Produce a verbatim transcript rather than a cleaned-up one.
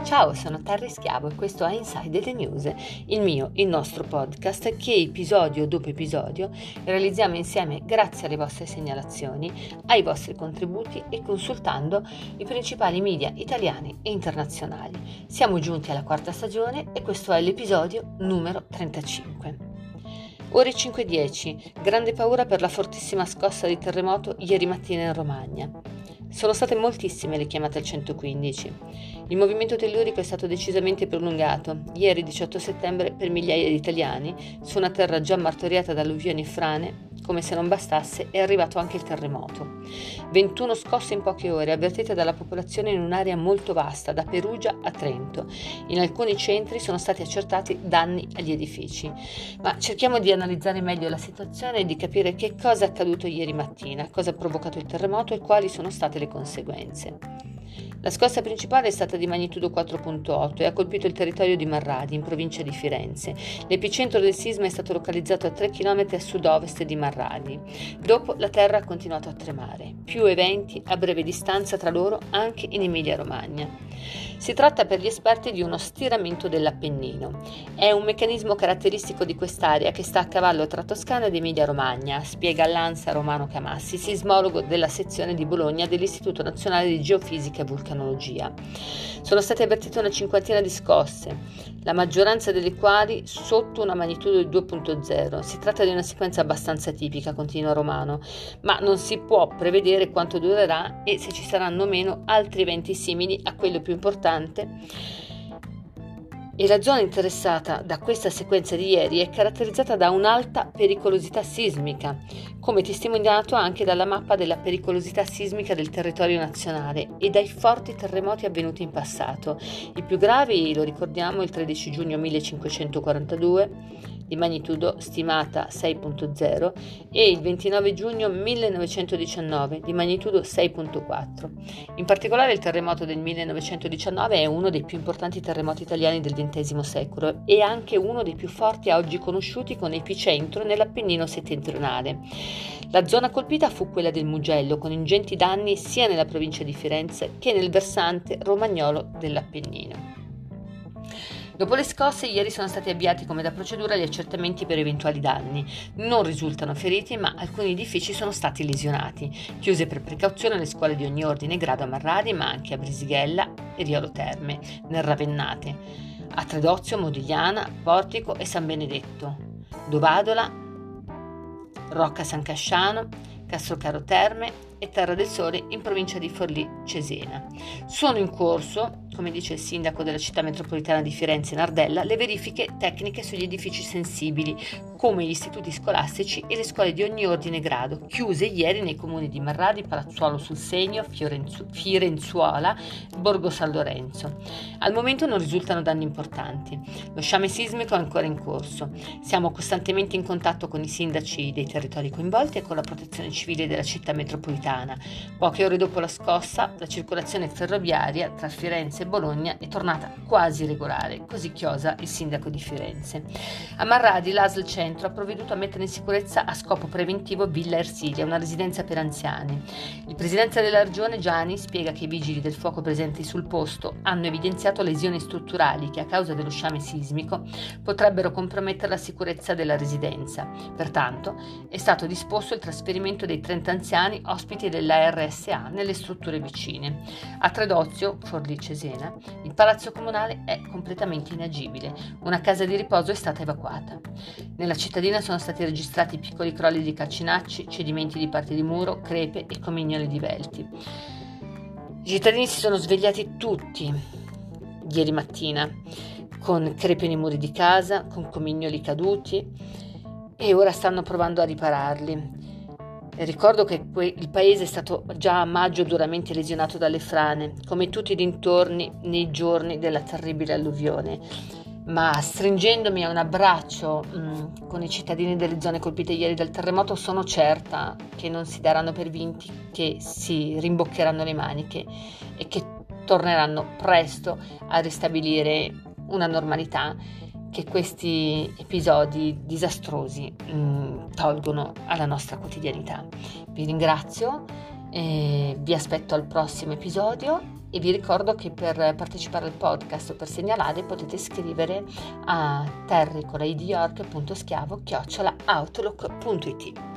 Ciao, sono Terry Schiavo e questo è Inside the News, il mio, il nostro podcast che episodio dopo episodio realizziamo insieme grazie alle vostre segnalazioni, ai vostri contributi e consultando i principali media italiani e internazionali. Siamo giunti alla quarta stagione e questo è l'episodio numero trentacinque. Ore cinque e dieci, grande paura per la fortissima scossa di terremoto ieri mattina in Romagna. Sono state moltissime le chiamate al centoquindici. Il movimento tellurico è stato decisamente prolungato, ieri diciotto settembre, per migliaia di italiani, su una terra già martoriata da alluvioni e frane. Come se non bastasse, è arrivato anche il terremoto. ventuno scosse in poche ore, avvertite dalla popolazione in un'area molto vasta, da Perugia a Trento. In alcuni centri sono stati accertati danni agli edifici. Ma cerchiamo di analizzare meglio la situazione e di capire che cosa è accaduto ieri mattina, cosa ha provocato il terremoto e quali sono state le conseguenze. La scossa principale è stata di magnitudo quattro virgola otto e ha colpito il territorio di Marradi, in provincia di Firenze. L'epicentro del sisma è stato localizzato a tre chilometri a sud-ovest di Marradi. Dopo la terra ha continuato a tremare. Più eventi a breve distanza tra loro anche in Emilia-Romagna. Si tratta per gli esperti di uno stiramento dell'Appennino. È un meccanismo caratteristico di quest'area che sta a cavallo tra Toscana ed Emilia-Romagna, spiega all'ANSA Romano Camassi, sismologo della sezione di Bologna dell'Istituto Nazionale di Geofisica e Vulcanologia. Sono state avvertite una cinquantina di scosse, la maggioranza delle quali sotto una magnitudo di due virgola zero. Si tratta di una sequenza abbastanza tipica, continua Romano, ma non si può prevedere quanto durerà e se ci saranno o meno altri eventi simili a quello più importante. E la zona interessata da questa sequenza di ieri è caratterizzata da un'alta pericolosità sismica, come testimoniato anche dalla mappa della pericolosità sismica del territorio nazionale e dai forti terremoti avvenuti in passato. I più gravi, lo ricordiamo, il tredici giugno millecinquecentoquarantadue, di magnitudo stimata sei virgola zero, e il ventinove giugno millenovecentodiciannove, di magnitudo sei virgola quattro. In particolare il terremoto del millenovecentodiciannove è uno dei più importanti terremoti italiani del ventesimo secolo e anche uno dei più forti a oggi conosciuti, con epicentro nell'Appennino settentrionale. La zona colpita fu quella del Mugello, con ingenti danni sia nella provincia di Firenze che nel versante romagnolo dell'Appennino. Dopo le scosse, ieri sono stati avviati come da procedura gli accertamenti per eventuali danni. Non risultano feriti, ma alcuni edifici sono stati lesionati. Chiuse per precauzione le scuole di ogni ordine e grado a Marradi, ma anche a Brisighella e Riolo Terme, nel Ravennate, a Tredozio, Modigliana, Portico e San Benedetto, Dovadola, Rocca San Casciano, Castrocaro Terme e Terra del Sole in provincia di Forlì Cesena. Sono in corso, come dice il sindaco della città metropolitana di Firenze Nardella, le verifiche tecniche sugli edifici sensibili, come gli istituti scolastici e le scuole di ogni ordine e grado, chiuse ieri nei comuni di Marradi, Palazzuolo sul Segno, Fiorenzu- Firenzuola, Borgo San Lorenzo. Al momento non risultano danni importanti. Lo sciame sismico è ancora in corso. Siamo costantemente in contatto con i sindaci dei territori coinvolti e con la protezione civile della città metropolitana. Poche ore dopo la scossa, la circolazione ferroviaria tra Firenze e Bologna è tornata quasi regolare, così chiosa il sindaco di Firenze. A Marradi l'A S L Centro ha provveduto a mettere in sicurezza a scopo preventivo Villa Ersilia, una residenza per anziani. Il presidente della regione Giani spiega che i vigili del fuoco presenti sul posto hanno evidenziato lesioni strutturali che a causa dello sciame sismico potrebbero compromettere la sicurezza della residenza. Pertanto è stato disposto il trasferimento dei trenta anziani ospiti della R S A nelle strutture vicine. A Tredozio, Forlì Cesena, il palazzo comunale è completamente inagibile. Una casa di riposo è stata evacuata. Nella cittadina sono stati registrati piccoli crolli di calcinacci, cedimenti di parti di muro, crepe e comignoli divelti. I cittadini si sono svegliati tutti ieri mattina con crepe nei muri di casa, con comignoli caduti e ora stanno provando a ripararli. Ricordo che il paese è stato già a maggio duramente lesionato dalle frane, come tutti i dintorni nei giorni della terribile alluvione. Ma stringendomi a un abbraccio mh, con i cittadini delle zone colpite ieri dal terremoto, sono certa che non si daranno per vinti, che si rimboccheranno le maniche e che torneranno presto a ristabilire una normalità che questi episodi disastrosi mh, tolgono alla nostra quotidianità. Vi ringrazio e vi aspetto al prossimo episodio E vi ricordo che per partecipare al podcast o per segnalare potete scrivere a terry con la i di york punto schiavo chiocciola outlook punto it.